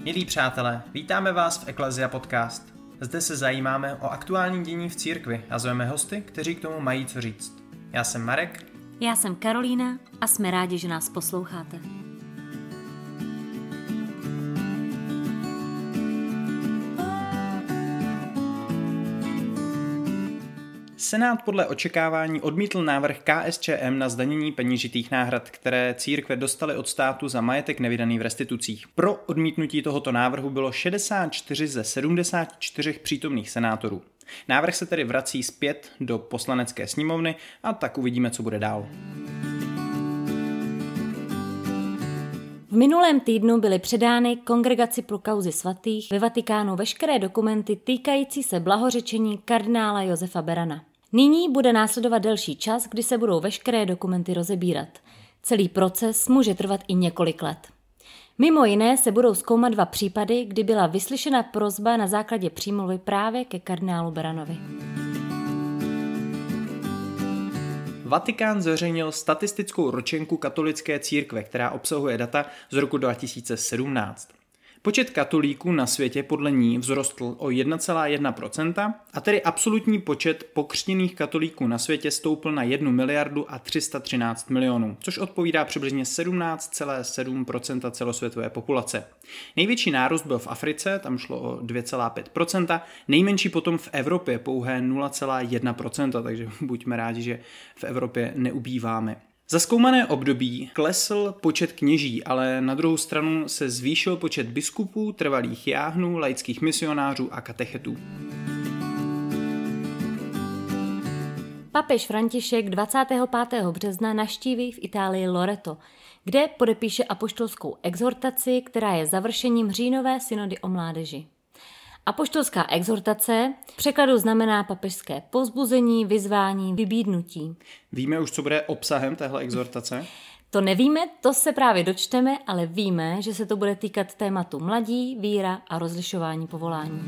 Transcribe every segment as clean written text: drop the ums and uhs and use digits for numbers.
Milí přátelé, vítáme vás v Ecclesia Podcast. Zde se zajímáme o aktuální dění v církvi a zveme hosty, kteří k tomu mají co říct. Já jsem Marek. Já jsem Karolína a jsme rádi, že nás posloucháte. Senát podle očekávání odmítl návrh KSČM na zdanění peněžitých náhrad, které církve dostaly od státu za majetek nevydaný v restitucích. Pro odmítnutí tohoto návrhu bylo 64 ze 74 přítomných senátorů. Návrh se tedy vrací zpět do poslanecké sněmovny a tak uvidíme, co bude dál. V minulém týdnu byly předány Kongregaci pro kauzy svatých ve Vatikánu veškeré dokumenty týkající se blahořečení kardinála Josefa Berana. Nyní bude následovat delší čas, kdy se budou veškeré dokumenty rozebírat. Celý proces může trvat i několik let. Mimo jiné se budou zkoumat 2 případy, kdy byla vyslyšena prosba na základě přímluvy právě ke kardinálu Beranovi. Vatikán zveřejnil statistickou ročenku katolické církve, která obsahuje data z roku 2017. Počet katolíků na světě podle ní vzrostl o 1,1%, a tedy absolutní počet pokřtěných katolíků na světě stoupl na 1 miliardu a 313 milionů, což odpovídá přibližně 17,7% celosvětové populace. Největší nárůst byl v Africe, tam šlo o 2,5%, nejmenší potom v Evropě pouhé 0,1%, takže buďme rádi, že v Evropě neubýváme. Za zkoumané období klesl počet kněží, ale na druhou stranu se zvýšil počet biskupů, trvalých jáhnů, laických misionářů a katechetů. Papež František 25. března navštíví v Itálii Loreto, kde podepíše apoštolskou exhortaci, která je završením říjnové synody o mládeži. Apoštolská exhortace v překladu znamená papežské povzbuzení, vyzvání, vybídnutí. Víme už, co bude obsahem téhle exhortace? To nevíme, to se právě dočteme, ale víme, že se to bude týkat tématu mladí, víra a rozlišování povolání.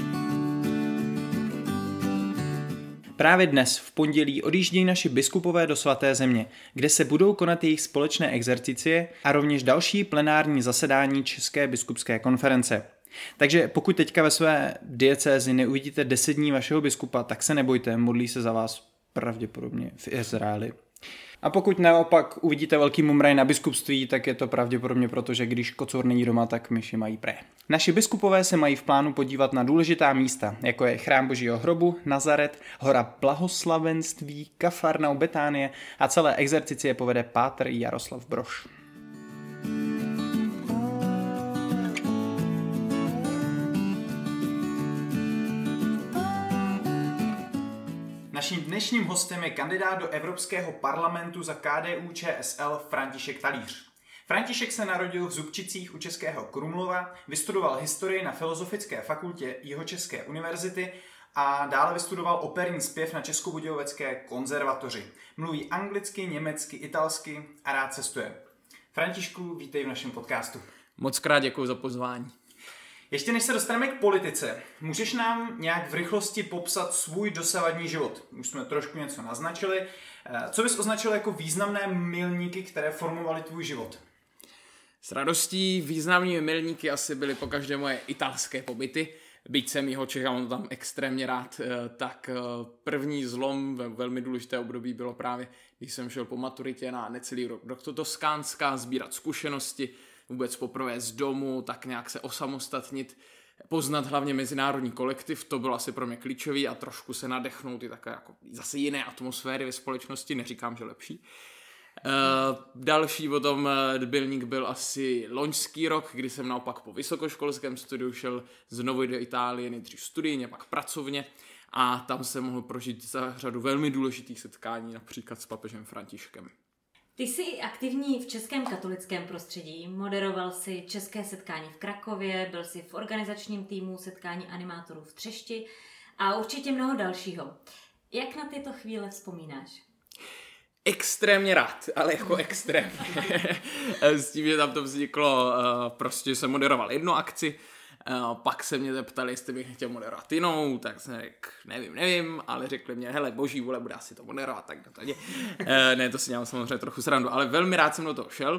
Právě dnes, v pondělí, odjíždějí naši biskupové do Svaté země, kde se budou konat jejich společné exercicie a rovněž další plenární zasedání České biskupské konference. Takže pokud teďka ve své diecézi neuvidíte 10 dní vašeho biskupa, tak se nebojte, modlí se za vás pravděpodobně v Izraeli. A pokud naopak uvidíte velký mumraj na biskupství, tak je to pravděpodobně proto, že když kocour není doma, tak myši mají pré. Naši biskupové se mají v plánu podívat na důležitá místa, jako je Chrám Božího hrobu, Nazaret, Hora blahoslavenství, Kafarnaum, Betánie a celé exercicie povede páter Jaroslav Brož. Naším dnešním hostem je kandidát do Evropského parlamentu za KDU-ČSL František Talíř. František se narodil v Zubčicích u Českého Krumlova, vystudoval historii na Filozofické fakultě Jihočeské univerzity a dále vystudoval operní zpěv na Českobudějovecké konzervatoři. Mluví anglicky, německy, italsky a rád cestuje. Františku, vítej v našem podcastu. Moc krát děkuji za pozvání. Ještě než se dostaneme k politice, můžeš nám nějak v rychlosti popsat svůj dosavadní život? Už jsme trošku něco naznačili. Co bys označil jako významné milníky, které formovaly tvůj život? S radostí významnými milníky asi byly pokaždé moje italské pobyty. Byť jsem Jihočech a mám tam extrémně rád, tak první zlom ve velmi důležité období bylo právě, když jsem šel po maturitě na necelý rok do Toskánska sbírat zkušenosti, vůbec poprvé z domu, tak nějak se osamostatnit, poznat hlavně mezinárodní kolektiv, to bylo asi pro mě klíčový a trošku se nadechnout i takové jako zase jiné atmosféry ve společnosti, neříkám, že lepší. Další potom milník byl asi loňský rok, kdy jsem naopak po vysokoškolském studiu šel znovu do Itálie, nejdřív studijně, pak pracovně a tam jsem mohl prožít za řadu velmi důležitých setkání, například s papežem Františkem. Ty jsi aktivní v českém katolickém prostředí, moderoval jsi české setkání v Krakově, byl jsi v organizačním týmu setkání animátorů v Třešti a určitě mnoho dalšího. Jak na tyto chvíle vzpomínáš? Extrémně rád, ale jako extrémně. S tím, že tam to vzniklo, prostě jsem moderoval jednu akci, pak se mě zeptali, jestli bych chtěl moderovat jinou, tak jsem řekl, nevím, ale řekli mě, hele, boží vůle, bude asi to moderovat, tak to ne, to si dělám samozřejmě trochu srandu, ale velmi rád jsem do toho šel.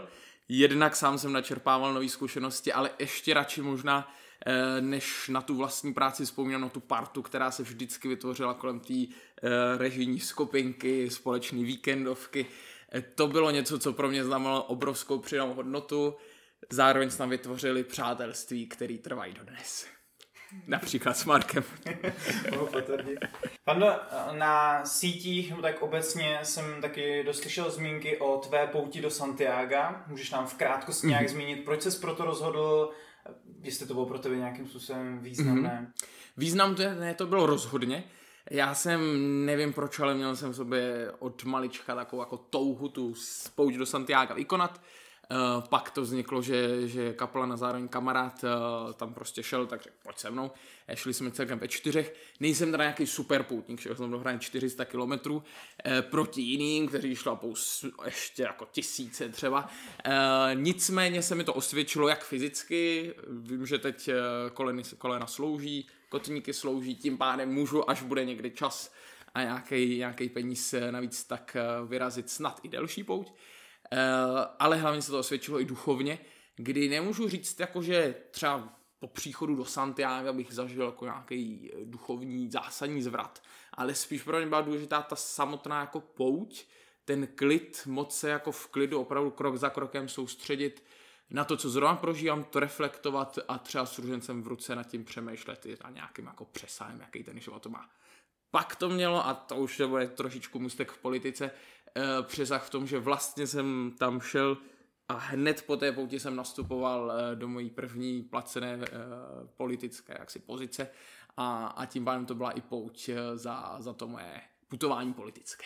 jednak sám jsem načerpával nové zkušenosti, ale ještě radši možná, než na tu vlastní práci vzpomínám na tu partu, která se vždycky vytvořila kolem té režijní skupinky, společné víkendovky. To bylo něco, co pro mě znamenalo obrovskou přidanou hodnotu. Zároveň jsme vytvořili přátelství, které trvají dodnes. Například s Markem. Pando, na sítích, no tak obecně jsem taky doslyšel zmínky o tvé pouti do Santiaga. Můžeš nám v krátkosti nějak zmínit, proč ses proto rozhodl, jestli to bylo pro tebe nějakým způsobem významné? Význam to bylo rozhodně. Já jsem, nevím proč, ale měl jsem v sobě od malička takovou jako touhu tu pouť do Santiaga vykonat. Pak to vzniklo, že kaplan a zároveň kamarád tam prostě šel, tak řekl, pojď se mnou. Šli jsme celkem ve 4. Nejsem teda nějaký super poutník, šel jsem do hraní 400 kilometrů proti jiným, kteří šli ještě jako tisíce třeba. Nicméně se mi to osvědčilo jak fyzicky, vím, že teď kolena slouží, kotníky slouží, tím pádem můžu, až bude někdy čas a nějaký peníz navíc, tak vyrazit snad i delší pouť. Ale hlavně se to osvědčilo i duchovně, kdy nemůžu říct, jako, že třeba po příchodu do Santiaga bych zažil jako nějaký duchovní zásadní zvrat, ale spíš pro mě byla důležitá ta samotná jako pouť, ten klid, moc se jako v klidu opravdu krok za krokem soustředit na to, co zrovna prožívám, to reflektovat a třeba s růžencem v ruce nad tím přemýšlet a nějakým jako přesahem, jaký ten život to má. Pak to mělo, a to už bude trošičku můstek v politice, přesah v tom, že vlastně jsem tam šel a hned po té pouti jsem nastupoval do mojí první placené politické jaksi pozice a tím pádem to byla i pouť za to moje putování politické.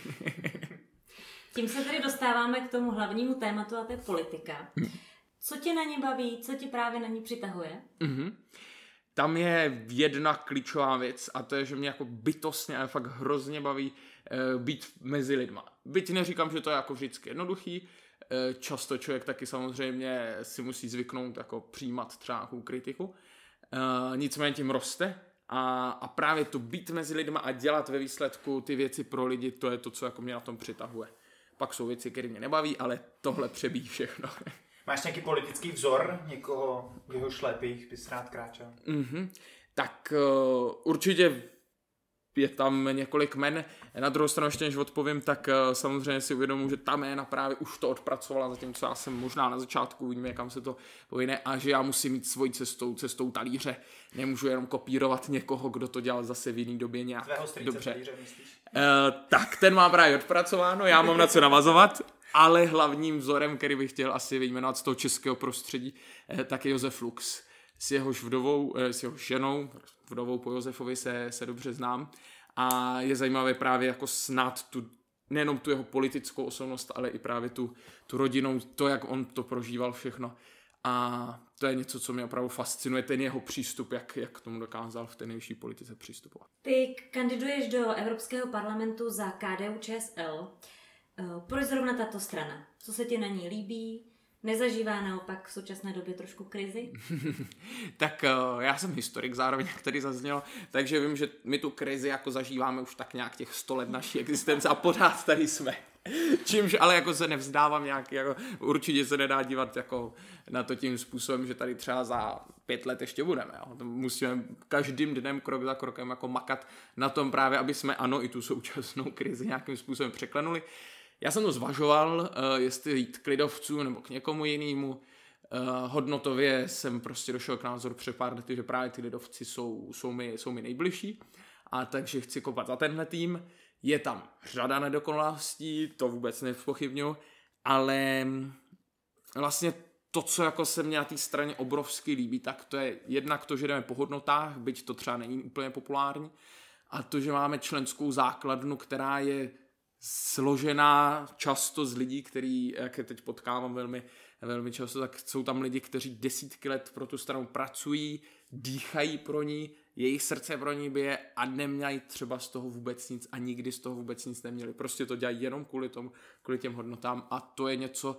Tím se tedy dostáváme k tomu hlavnímu tématu a to je politika. Co tě na ní baví, co tě právě na ní přitahuje? Tam je jedna klíčová věc a to je, že mě jako bytostně a fakt hrozně baví být mezi lidma. Byť neříkám, že to je jako vždycky jednoduchý, často člověk taky samozřejmě si musí zvyknout jako přijímat třeba nějakou kritiku, nicméně tím roste a právě to být mezi lidma a dělat ve výsledku ty věci pro lidi, to je to, co jako mě na tom přitahuje. Pak jsou věci, které mě nebaví, ale tohle přebíjí všechno. Máš nějaký politický vzor, někoho, v jeho šlepích bys rád kráčel? Tak určitě je tam několik men. Na druhou stranu ještě než odpovím, tak samozřejmě si uvědomuji, že ta jména právě už to odpracovala, zatímco já jsem možná na začátku, uvidíme, kam se to povine, a že já musím jít svojí cestou talíře. Nemůžu jenom kopírovat někoho, kdo to dělal zase v jiný době nějak dobře. Talíře, myslíš? Tak ten má právě odpracováno, já mám na co navazovat, ale hlavním vzorem, který bych chtěl asi vyjmenovat z toho českého prostředí, tak je Josef Lux. S jehož vdovou, s jeho ženou, vdovou po Josefovi se dobře znám a je zajímavé právě jako snad nejenom tu jeho politickou osobnost, ale i právě tu rodinou, to, jak on to prožíval všechno. A to je něco, co mě opravdu fascinuje, ten jeho přístup, jak k tomu dokázal v té nejvyšší politice přistupovat. Ty kandiduješ do Evropského parlamentu za KDU-ČSL. Proč zrovna tato strana? Co se ti na ní líbí? Nezažívá naopak v současné době trošku krizi? Tak já jsem historik zároveň, jak tady zaznělo, takže vím, že my tu krizi jako zažíváme už tak nějak těch 100 let naší existence a pořád tady jsme. Čímž ale jako se nevzdávám nějak, jako určitě se nedá dívat jako na to tím způsobem, že tady třeba za 5 let ještě budeme. Jo. Musíme každým dnem krok za krokem jako makat na tom právě, aby jsme ano i tu současnou krizi nějakým způsobem překlenuli. Já jsem to zvažoval, jestli jít k lidovcům nebo k někomu jinému. Hodnotově jsem prostě došel k názoru před pár lety, že právě ty lidovci jsou mi nejbližší, a takže chci kopat za tenhle tým. Je tam řada nedokonalostí, to vůbec nezpochybňuji, ale vlastně to, co jako se mně na té straně obrovsky líbí, tak to je jednak to, že jdeme po hodnotách, byť to třeba není úplně populární, a to, že máme členskou základnu, která je složená často z lidí, který, jak je teď potkávám velmi, velmi často, tak jsou tam lidi, kteří desítky let pro tu stranu pracují, dýchají pro ní, jejich srdce pro ní bije a nemějí třeba z toho vůbec nic a nikdy z toho vůbec nic neměli. Prostě to dělají jenom kvůli těm hodnotám a to je něco,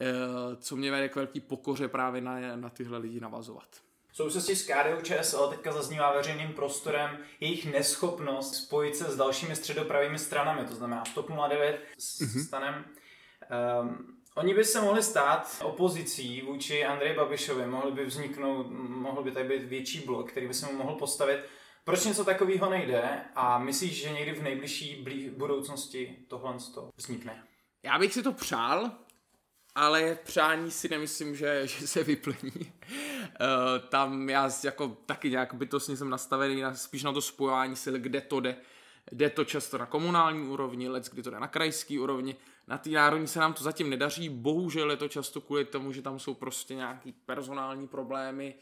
co mě vede k velký pokoře právě na tyhle lidi navazovat. V souvislosti s KDU-ČSL teďka zaznívá veřejným prostorem jejich neschopnost spojit se s dalšími středopravými stranami, to znamená TOP 09 s STANem. Oni by se mohli stát opozicí vůči Andreji Babišovi, mohl by tady být větší blok, který by se mu mohl postavit. Proč něco takového nejde a myslíš, že někdy v nejbližší budoucnosti tohle vznikne? Já bych si to přál, ale přání si nemyslím, že se vyplní. Tam já jako taky nějak bytostně jsem nastavený spíš na to spojování sil, kde to jde. Jde to často na komunální úrovni, kdy to jde na krajský úrovni. Na té národní se nám to zatím nedaří, bohužel je to často kvůli tomu, že tam jsou prostě nějaký personální problémy,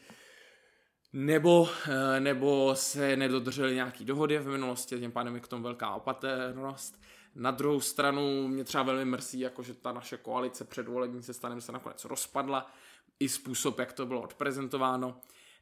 nebo se nedodržely nějaký dohody v minulosti, tím pádem je k tomu velká opatrnost. Na druhou stranu mě třeba velmi mrzí, jako že ta naše koalice předvolební se stanem se nakonec rozpadla, i způsob, jak to bylo odprezentováno.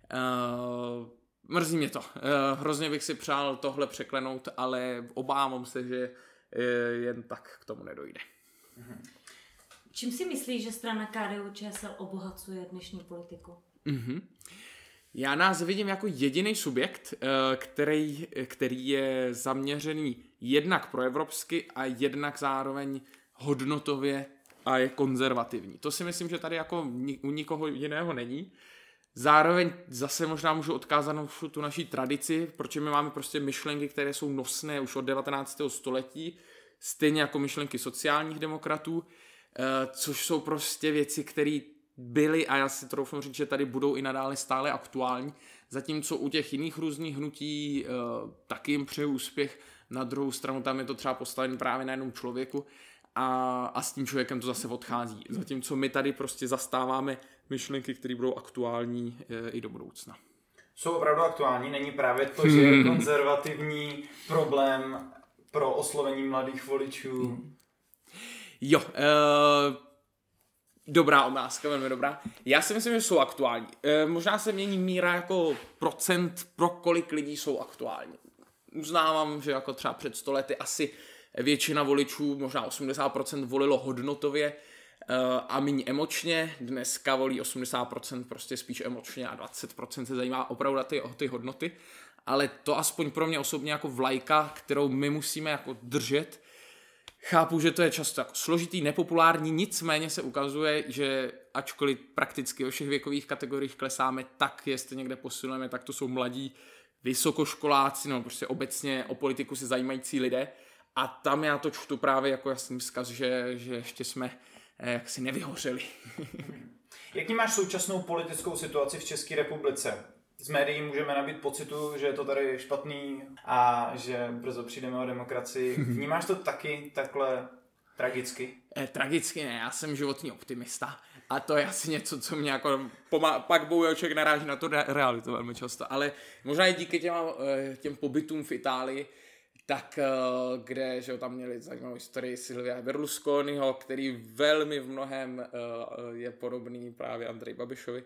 Mrzí mě to. Hrozně bych si přál tohle překlenout, ale obávám se, že jen tak k tomu nedojde. Čím si myslíš, že strana KDU-ČSL obohacuje dnešní politiku? Já nás vidím jako jediný subjekt, který je zaměřený jednak proevropsky a jednak zároveň hodnotově a je konzervativní. To si myslím, že tady jako u nikoho jiného není. Zároveň zase možná můžu odkázat na tu naší tradici, protože my máme prostě myšlenky, které jsou nosné už od 19. století, stejně jako myšlenky sociálních demokratů, což jsou prostě věci, které byly, a já si troufnu říct, že tady budou i nadále stále aktuální, zatímco u těch jiných různých hnutí taky jim přeju úspěch, na druhou stranu tam je to třeba postavené právě na jednom člověku a s tím člověkem to zase odchází. Zatímco my tady prostě zastáváme myšlenky, které budou aktuální i do budoucna. Jsou opravdu aktuální, není právě to, že je konzervativní problém pro oslovení mladých voličů? Jo, dobrá otázka, velmi dobrá. Já si myslím, že jsou aktuální. Možná se mění míra jako procent, pro kolik lidí jsou aktuální. Uznávám, že jako třeba před 100 lety asi většina voličů, možná 80% volilo hodnotově a méně emočně. Dneska volí 80% prostě spíš emočně a 20% se zajímá opravdu o ty hodnoty. Ale to aspoň pro mě osobně jako vlajka, kterou my musíme jako držet. Chápu, že to je často jako složitý, nepopulární, nicméně se ukazuje, že ačkoliv prakticky ve všech věkových kategoriích klesáme, tak jestli někde posilujeme, tak to jsou mladí vysokoškoláci, no prostě obecně o politiku se zajímající lidé. A tam já to čtu právě jako jasný vzkaz, že ještě jsme jaksi nevyhořeli. Jak máš současnou politickou situaci v České republice? Z médií můžeme nabít pocitu, že je to tady špatný a že brzo přijdeme o demokracii. Vnímáš to taky takhle tragicky? Tragicky ne, já jsem životní optimista. A to je asi něco, co mě jako pak bohužel člověk naráží na tu realitu velmi často. Ale možná i díky těm pobytům v Itálii, tak kde že tam měli zajímavou historii Silvia Berlusconiho, který velmi v mnohem je podobný právě Andreji Babišovi,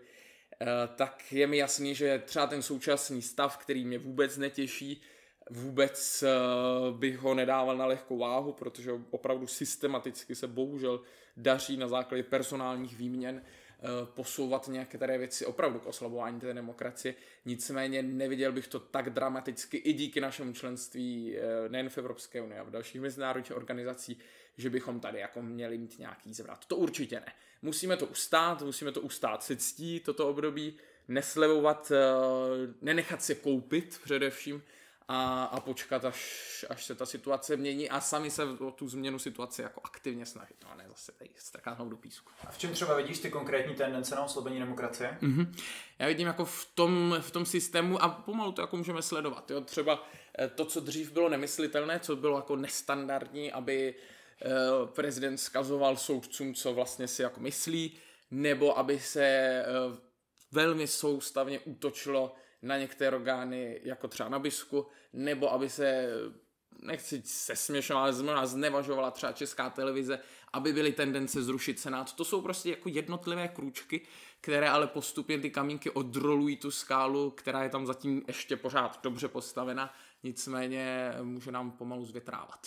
tak je mi jasný, že třeba ten současný stav, který mě vůbec netěší, vůbec bych ho nedával na lehkou váhu, protože opravdu systematicky se bohužel daří na základě personálních výměn posouvat nějaké tady věci opravdu k oslabování té demokracie. Nicméně neviděl bych to tak dramaticky i díky našemu členství nejen v Evropské unii a v dalších mezinárodních organizacích, že bychom tady jako měli mít nějaký zvrat. To určitě ne. Musíme to ustát se ctí toto období, neslevovat, nenechat se koupit především a počkat, až se ta situace mění a sami se o tu změnu situace jako aktivně snažit. No a ne zase tady strkat hlavu do písku. A v čem třeba vidíš ty konkrétní tendence na oslabení demokracie? Já vidím jako v tom systému a pomalu to jako můžeme sledovat. Jo? Třeba to, co dřív bylo nemyslitelné, co bylo jako nestandardní, aby prezident vzkazoval soudcům, co vlastně si jako myslí, nebo aby se velmi soustavně útočilo na některé orgány, jako třeba na BISku, nebo aby se, nechci se směšovat, ale znevažovala třeba Česká televize, aby byly tendence zrušit Senát. To jsou prostě jako jednotlivé krůčky, které ale postupně ty kamínky odrolují tu skálu, která je tam zatím ještě pořád dobře postavena, nicméně může nám pomalu zvětrávat.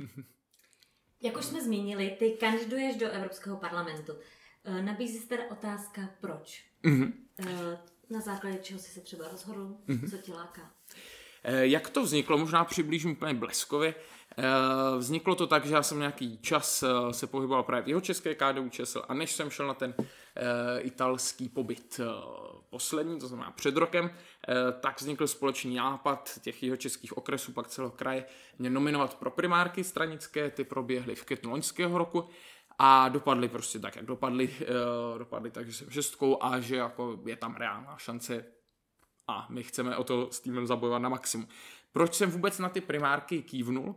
Jak už jsme zmínili, ty kandiduješ do Evropského parlamentu. Nabízí se teda otázka, proč? Na základě čeho jsi se třeba rozhodl? Co tě láká? Jak to vzniklo, možná přiblížím úplně bleskově. Vzniklo to tak, že já jsem nějaký čas se pohyboval právě v jihočeské KDU-ČSL a než jsem šel na ten italský pobyt poslední, to znamená před rokem, tak vznikl společný nápad těch jihočeských okresů, pak celého kraje, mě nominovat pro primárky stranické, ty proběhly v květnu loňského roku a dopadly prostě tak, jak dopadly tak, že jsem šestkou a že jako je tam reálná šance a my chceme o to s týmem zabojovat na maximum. Proč jsem vůbec na ty primárky kývnul?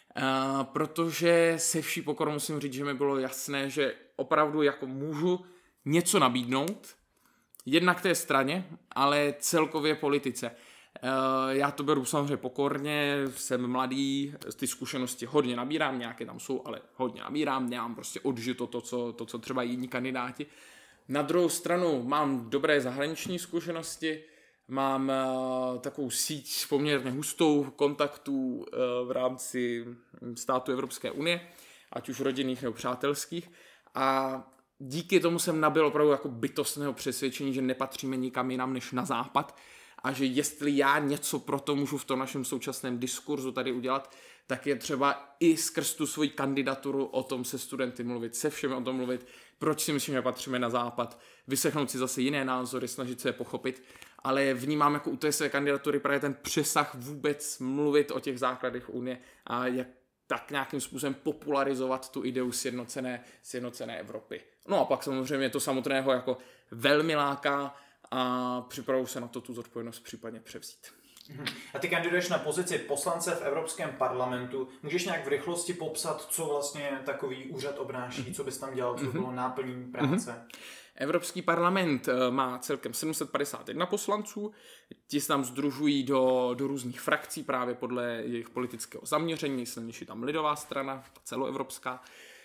Protože se vší pokorou musím říct, že mi bylo jasné, že opravdu jako můžu něco nabídnout, jednak té straně, ale celkově politice. Já to beru samozřejmě pokorně, jsem mladý, ty zkušenosti hodně nabírám, nějaké tam jsou, ale hodně nabírám, nemám prostě odžito to, co třeba jiní kandidáti. Na druhou stranu mám dobré zahraniční zkušenosti, mám takovou síť poměrně hustou kontaktů v rámci států Evropské unie, ať už rodinných nebo přátelských, a díky tomu jsem nabyl opravdu jako bytostného přesvědčení, že nepatříme nikam jinam než na západ a že jestli já něco pro to můžu v tom našem současném diskurzu tady udělat, tak je třeba i skrz tu svoji kandidaturu o tom se studenty mluvit, se všemi o tom mluvit, proč si myslím, že patříme na západ, vyslechnout si zase jiné názory, snažit se je pochopit, ale vnímám jako u té své kandidatury právě ten přesah vůbec mluvit o těch základech Unie a jak tak nějakým způsobem popularizovat tu ideu sjednocené Evropy. No a pak samozřejmě to samotného jako velmi láká a připravuju se na to tu zodpovědnost případně převzít. A ty kandiduješ na pozici poslance v Evropském parlamentu. Můžeš nějak v rychlosti popsat, co vlastně takový úřad obnáší, co bys tam dělal, co bylo náplní práce? Evropský parlament má celkem 751 poslanců, ti se tam sdružují do různých frakcí právě podle jejich politického zaměření, nejsilnější tam lidová strana, celoevropská.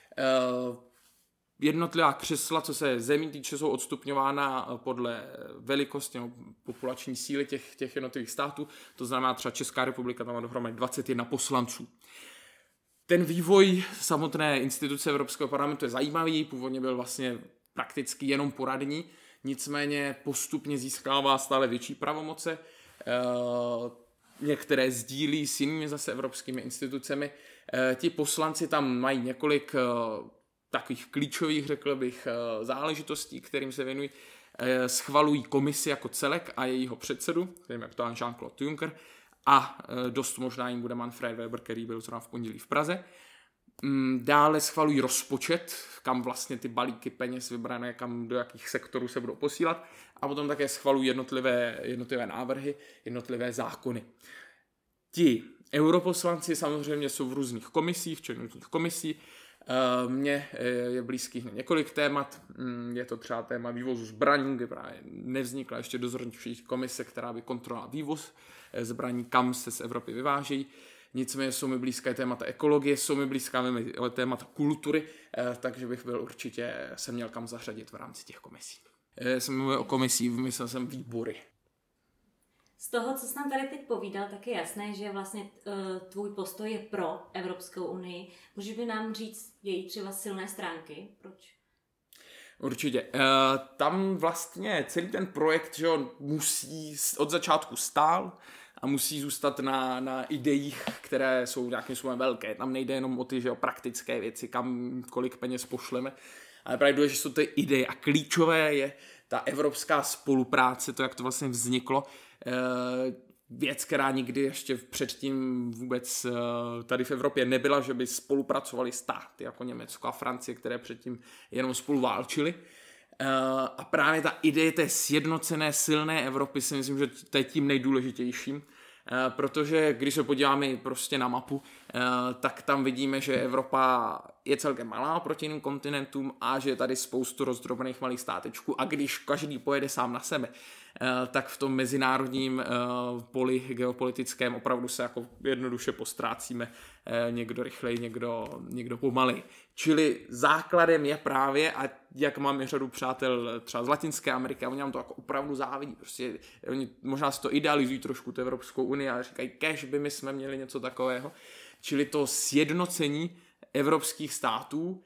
Jednotlivá křesla, co se zemí týče, jsou odstupňována podle velikosti nebo populační síly těch jednotlivých států, to znamená třeba Česká republika tam má dohromady 21 poslanců. Ten vývoj samotné instituce Evropského parlamentu je zajímavý, původně byl vlastně prakticky jenom poradní, nicméně postupně získává stále větší pravomoce, některé sdílí s jinými zase evropskými institucemi. Ti poslanci tam mají několik takových klíčových, řekl bych, záležitostí, kterým se věnují. Schvalují komisi jako celek a jejího předsedu, kterým je to Jean-Claude Juncker, a dost možná jim bude Manfred Weber, který byl zrovna v pondělí v Praze. Dále schvalují rozpočet, kam vlastně ty balíky peněz vybrané, kam do jakých sektorů se budou posílat, a potom také schvalují jednotlivé návrhy, jednotlivé zákony. Ti europoslanci samozřejmě jsou v různých komisích, různých komisí. Mně je blízkých několik témat, je to třeba téma vývozu zbraní, kde právě nevznikla ještě dozorčí komise, která by kontrolovala vývoz zbraní, kam se z Evropy vyvážejí. Nicméně jsou mi blízké témata ekologie, jsou mi blízká témata kultury, takže bych byl určitě se měl kam zařadit v rámci těch komisí. Jsem mluvil o komisí, vymyslel jsem výbory. Z toho, co jsi nám tady teď povídal, tak je jasné, že vlastně tvůj postoj je pro Evropskou unii. Můžeš by nám říct její třeba silné stránky? Proč? Určitě. Tam vlastně celý ten projekt, že on musí od začátku stál a musí zůstat na ideích, které jsou nějakým způsobem velké. Tam nejde jenom o ty, že o praktické věci, kam kolik peněz pošleme, ale právě důležité jsou ty ideje a klíčové je ta evropská spolupráce, to, jak to vlastně vzniklo. Věc, která nikdy ještě předtím vůbec tady v Evropě nebyla, že by spolupracovali státy jako Německo a Francie, které předtím jenom spolu válčily. A právě ta ideje té sjednocené, silné Evropy si myslím, že to je tím nejdůležitějším, protože když se podíváme prostě na mapu, tak tam vidíme, že Evropa je celkem malá proti jiným kontinentům a že je tady spoustu rozdrobených malých státečků, a když každý pojede sám na sebe, tak v tom mezinárodním poli geopolitickém opravdu se jako jednoduše postrácíme, někdo rychleji, někdo pomalej. Čili základem je právě, a jak mám řadu přátel třeba z Latinské Ameriky, a oni nám to jako opravdu závidí. Prostě oni možná si to idealizují trošku tu Evropskou unii a říkají, kež by my jsme měli něco takového. Čili to sjednocení evropských států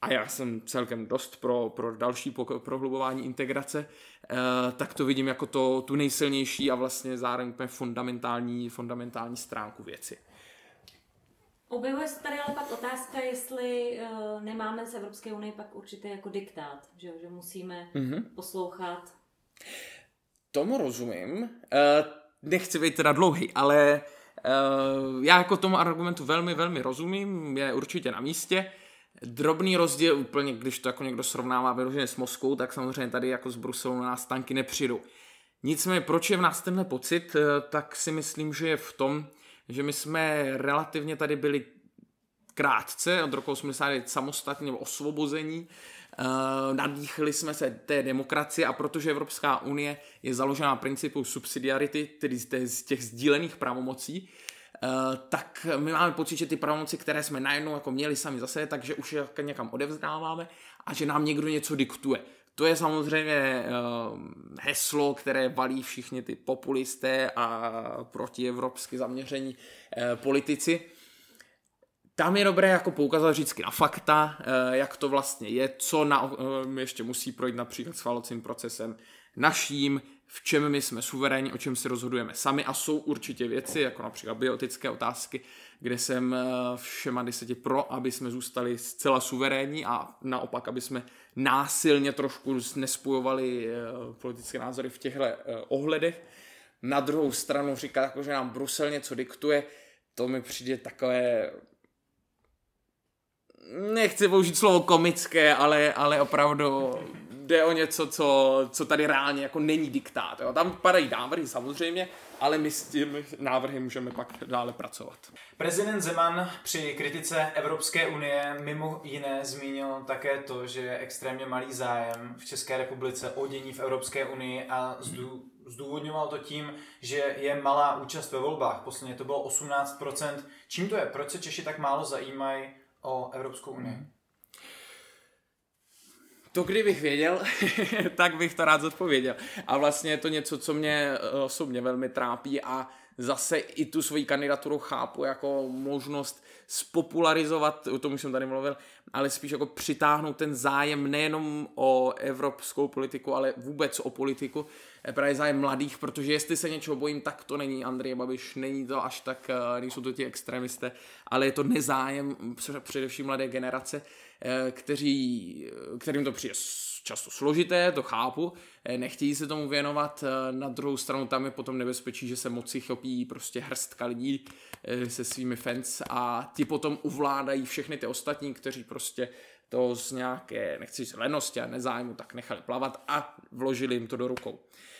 a já jsem celkem dost pro další prohlubování integrace, tak to vidím jako tu nejsilnější a vlastně zároveň úplně fundamentální stránku věci. Objevuje se tady ale pak otázka, jestli nemáme z Evropské unie pak určitě jako diktát, že musíme poslouchat. Tomu rozumím. Nechci být teda dlouhý, ale já jako tomu argumentu velmi, velmi rozumím, je určitě na místě. Drobný rozdíl úplně, když to jako někdo srovnává vyloženě s Moskvou, tak samozřejmě tady jako z Bruselu na nás tanky nepřijdou. Nicméně, proč je v nás tenhle pocit, tak si myslím, že je v tom, že my jsme relativně tady byli krátce, od roku 89 samostatně nebo osvobození, nadýchli jsme se té demokracie a protože Evropská unie je založena na principu subsidiarity, tedy z těch sdílených pravomocí, tak my máme pocit, že ty pravomoci, které jsme najednou jako měli sami zase, takže už je někam odevzdáváme a že nám někdo něco diktuje. To je samozřejmě heslo, které valí všichni ty populisté a protievropsky zaměření politici. Tam je dobré jako poukazat vždycky na fakta, jak to vlastně je, co ještě musí projít například schvalovacím procesem naším, v čem my jsme suverénní, o čem si rozhodujeme sami a jsou určitě věci, jako například bioetické otázky, kde jsem všema 10 pro, aby jsme zůstali zcela suverénní a naopak, aby jsme násilně trošku nespojovali politické názory v těchto ohledech. Na druhou stranu říkat, jako, že nám Brusel něco diktuje, to mi přijde takové, nechci použít slovo komické, ale opravdu jde o něco, co tady reálně jako není diktát. Jo. Tam padají návrhy samozřejmě, ale my s těmi návrhy můžeme pak dále pracovat. Prezident Zeman při kritice Evropské unie mimo jiné zmínil také to, že je extrémně malý zájem v České republice o dění v Evropské unii a zdůvodňoval to tím, že je malá účast ve volbách. Posledně to bylo 18%. Čím to je? Proč se Češi tak málo zajímají o Evropskou unii? To kdybych věděl, tak bych to rád zodpověděl. A vlastně je to něco, co mě osobně velmi trápí a zase i tu svoji kandidaturu chápu jako možnost spopularizovat, o tom už jsem tady mluvil, ale spíš jako přitáhnout ten zájem nejenom o evropskou politiku, ale vůbec o politiku, právě zájem mladých, protože jestli se něčeho bojím, tak to není Andrej Babiš, není to až tak, nejsou to ti extremisté, ale je to nezájem především mladé generace, kterým to přijde často složité, to chápu, nechtějí se tomu věnovat, na druhou stranu tam je potom nebezpečí, že se moci chopí prostě hrstka lidí se svými fans a ti potom uvládají všechny ty ostatní, kteří prostě to z nějaké, nechci říct lenosti a nezájmu, tak nechali plavat a vložili jim to do rukou.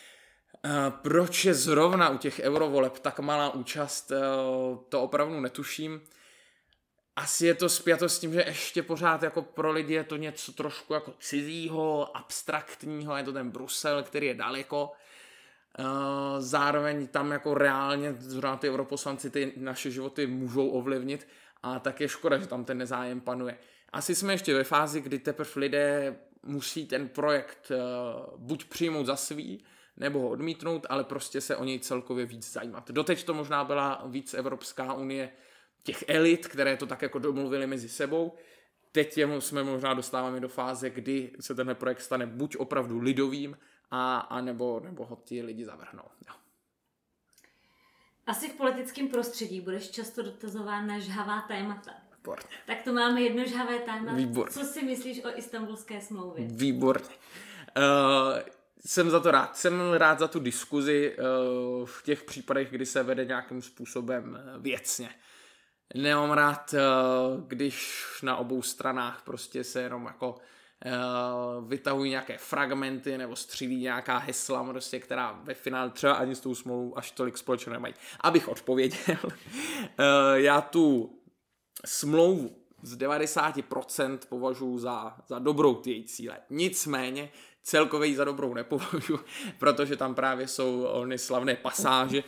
Proč je zrovna u těch eurovoleb tak malá účast, to opravdu netuším. Asi je to spjato s tím, že ještě pořád jako pro lidi je to něco trošku jako cizího, abstraktního, je to ten Brusel, který je daleko. Zároveň tam jako reálně zrovna ty europoslanci ty naše životy můžou ovlivnit a tak je škoda, že tam ten nezájem panuje. Asi jsme ještě ve fázi, kdy teprve lidé musí ten projekt buď přijmout za svý, nebo ho odmítnout, ale prostě se o něj celkově víc zajímat. Doteď to možná byla víc Evropská unie těch elit, které to tak jako domluvili mezi sebou. Teď jsme možná dostáváme do fáze, kdy se tenhle projekt stane buď opravdu lidovým, a nebo ho ti lidi zavrhnou. Jo. Asi v politickém prostředí budeš často dotazován na žhavá témata. Výborně. Tak to máme jedno žhavé téma. Výborně. Co si myslíš o Istanbulské smlouvě? Výborně. Jsem za to rád. Jsem rád za tu diskuzi v těch případech, kdy se vede nějakým způsobem věcně. Nemám rád, když na obou stranách prostě se jenom jako vytahují nějaké fragmenty nebo střílí nějaká hesla, prostě, která ve finále třeba ani s tou smlouvou až tolik společného nemají. Abych odpověděl, já tu smlouvu z 90% považuji za dobrou ty její cíle. Nicméně celkově ji za dobrou nepovažuji, protože tam právě jsou ony slavné pasáže,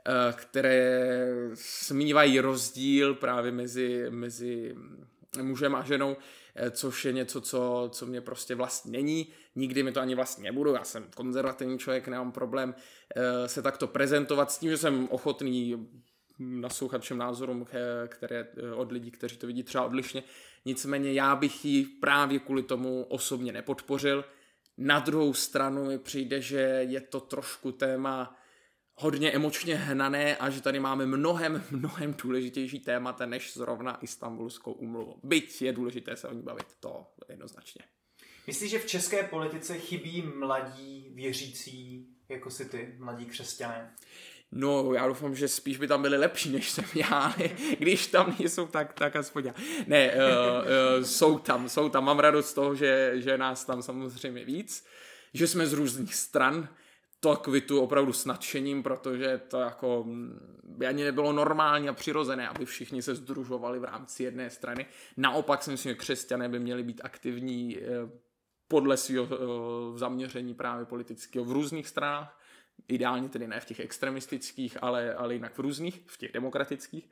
které smívají rozdíl právě mezi mužem a ženou, což je něco, co mě prostě vlastně není. Nikdy mi to ani vlastně nebudu, já jsem konzervativní člověk, nemám problém se takto prezentovat s tím, že jsem ochotný naslouchat všem názorům, které od lidí, kteří to vidí třeba odlišně. Nicméně já bych ji právě kvůli tomu osobně nepodpořil. Na druhou stranu mi přijde, že je to trošku téma hodně emočně hnané a že tady máme mnohem důležitější témata než zrovna Istanbulskou úmluvu. Byť je důležité se o ní bavit, to jednoznačně. Myslíš, že v české politice chybí mladí věřící, jako si ty, mladí křesťané? No, já doufám, že spíš by tam byli lepší, než jsem já, ale když tam nejsou, tak aspoň já. Ne, jsou tam, mám radost z toho, že nás tam samozřejmě víc, že jsme z různých stran, to kvitu opravdu s nadšením, protože to jako by ani nebylo normální a přirozené, aby všichni se sdružovali v rámci jedné strany. Naopak si myslím, že křesťané by měli být aktivní podle svého zaměření právě politického v různých stranách, ideálně tedy ne v těch extremistických, ale jinak v různých, v těch demokratických.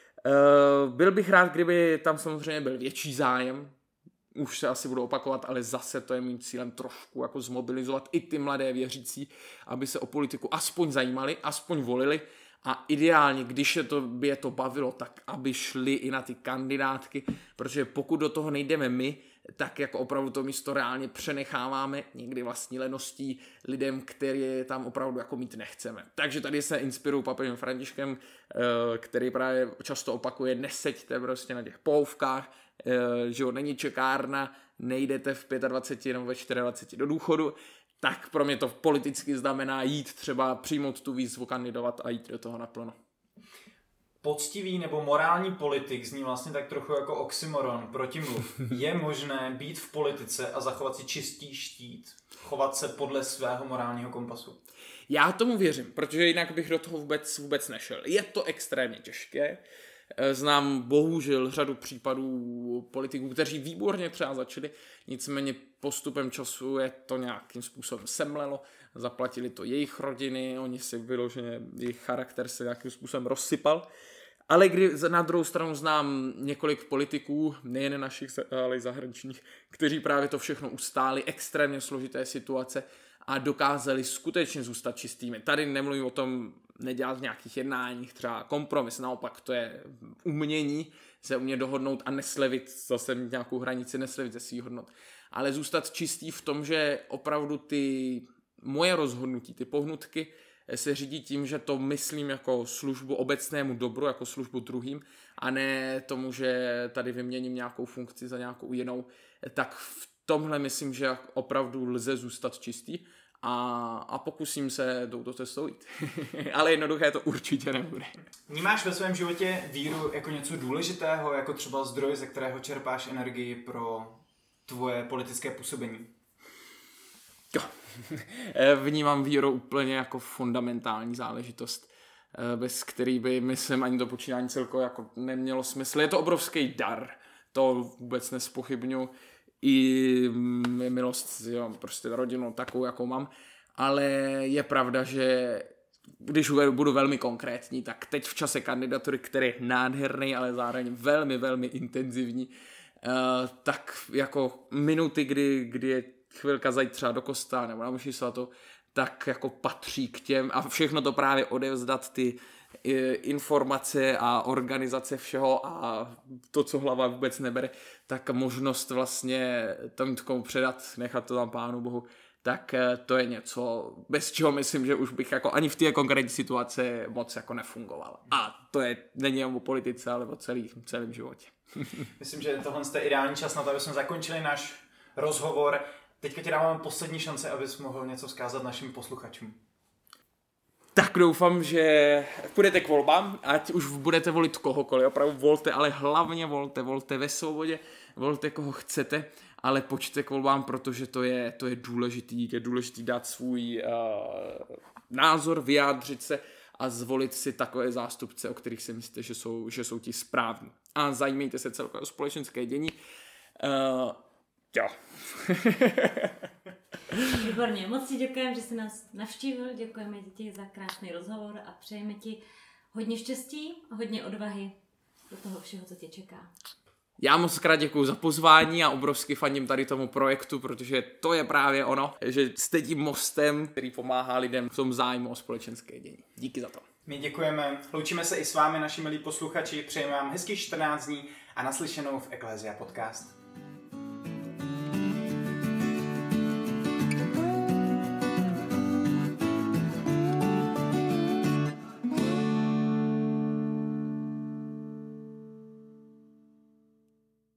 Byl bych rád, kdyby tam samozřejmě byl větší zájem, už se asi budu opakovat, ale zase to je mým cílem trošku jako zmobilizovat i ty mladé věřící, aby se o politiku aspoň zajímali, aspoň volili a ideálně, když by je to bavilo, tak aby šli i na ty kandidátky, protože pokud do toho nejdeme my, tak jako opravdu to místo reálně přenecháváme někdy vlastní leností lidem, který tam opravdu jako mít nechceme. Takže tady se inspiruju papežem Františkem, který právě často opakuje, neseďte prostě na těch pohovkách, že jo, není čekárna, nejdete v 25 nebo ve 24 do důchodu, tak pro mě to politicky znamená jít třeba přijmout tu výzvu, kandidovat a jít do toho naplno. Poctivý nebo morální politik zní vlastně tak trochu jako oxymoron, protimluv. Je možné být v politice a zachovat si čistý štít, chovat se podle svého morálního kompasu? Já tomu věřím, protože jinak bych do toho vůbec nešel. Je to extrémně těžké. Znám bohužel řadu případů politiků, kteří výborně třeba začali, nicméně postupem času je to nějakým způsobem semlelo, zaplatili to jejich rodiny, oni si vyloženě, jejich charakter se nějakým způsobem rozsypal. Ale na druhou stranu znám několik politiků, nejen našich, ale i zahraničních, kteří právě to všechno ustáli, extrémně složité situace a dokázali skutečně zůstat čistými. Tady nemluvím o tom nedělat v nějakých jednáních třeba kompromis, naopak to je umění se umět dohodnout a neslevit zase nějakou hranici, neslevit ze svých hodnot. Ale zůstat čistý v tom, že opravdu ty moje rozhodnutí, ty pohnutky se řídí tím, že to myslím jako službu obecnému dobru, jako službu druhým a ne tomu, že tady vyměním nějakou funkci za nějakou jinou. Tak v tomhle myslím, že opravdu lze zůstat čistý a pokusím se touto cestou jít. Ale jednoduché to určitě nebude. Vnímáš ve svém životě víru jako něco důležitého, jako třeba zdroj, ze kterého čerpáš energii pro tvoje politické působení? Jo. Vnímám víru úplně jako fundamentální záležitost, bez který by, myslím, ani to počínání celkově jako nemělo smysl. Je to obrovský dar, to vůbec nezpochybňuji. I milost, jo, prostě rodinu takovou, jakou mám, ale je pravda, že když budu velmi konkrétní, tak teď v čase kandidatury, který je nádherný, ale zároveň velmi intenzivní, tak jako minuty, kdy je chvilka zajít třeba do kostela nebo na mši svatou, tak jako patří k těm a všechno to právě odevzdat ty informace a organizace všeho a to, co hlava vůbec nebere, tak možnost vlastně tam komu předat, nechat to tam Pánu Bohu, tak to je něco, bez čeho myslím, že už bych jako ani v té konkrétní situaci moc jako nefungoval. A to není jen o politice, ale o celém životě. Myslím, že tohle je ideální čas na to, aby jsme zakončili náš rozhovor. Teďka ti dáváme poslední šance, abys mohl něco vzkázat našim posluchačům. Tak doufám, že půjdete k volbám, ať už budete volit kohokoliv, opravdu volte, ale hlavně volte ve svobodě, volte koho chcete, ale pojďte k volbám, protože to je důležitý, je důležitý dát svůj názor, vyjádřit se a zvolit si takové zástupce, o kterých si myslíte, že jsou ti správní. A zajímejte se celkově o společenské dění. Jo. Výborně, moc ti děkujeme, že jsi nás navštívil, děkujeme ti za krásný rozhovor a přejeme ti hodně štěstí a hodně odvahy do toho všeho, co tě čeká. Já moc krát děkuju za pozvání a obrovsky fandím tady tomu projektu, protože to je právě ono, že jste tím mostem, který pomáhá lidem v tom zájmu o společenské dění. Díky za to. My děkujeme, loučíme se i s vámi, naši milí posluchači, přejeme vám hezký 14 dní a naslyšenou v Ecclesia Podcast.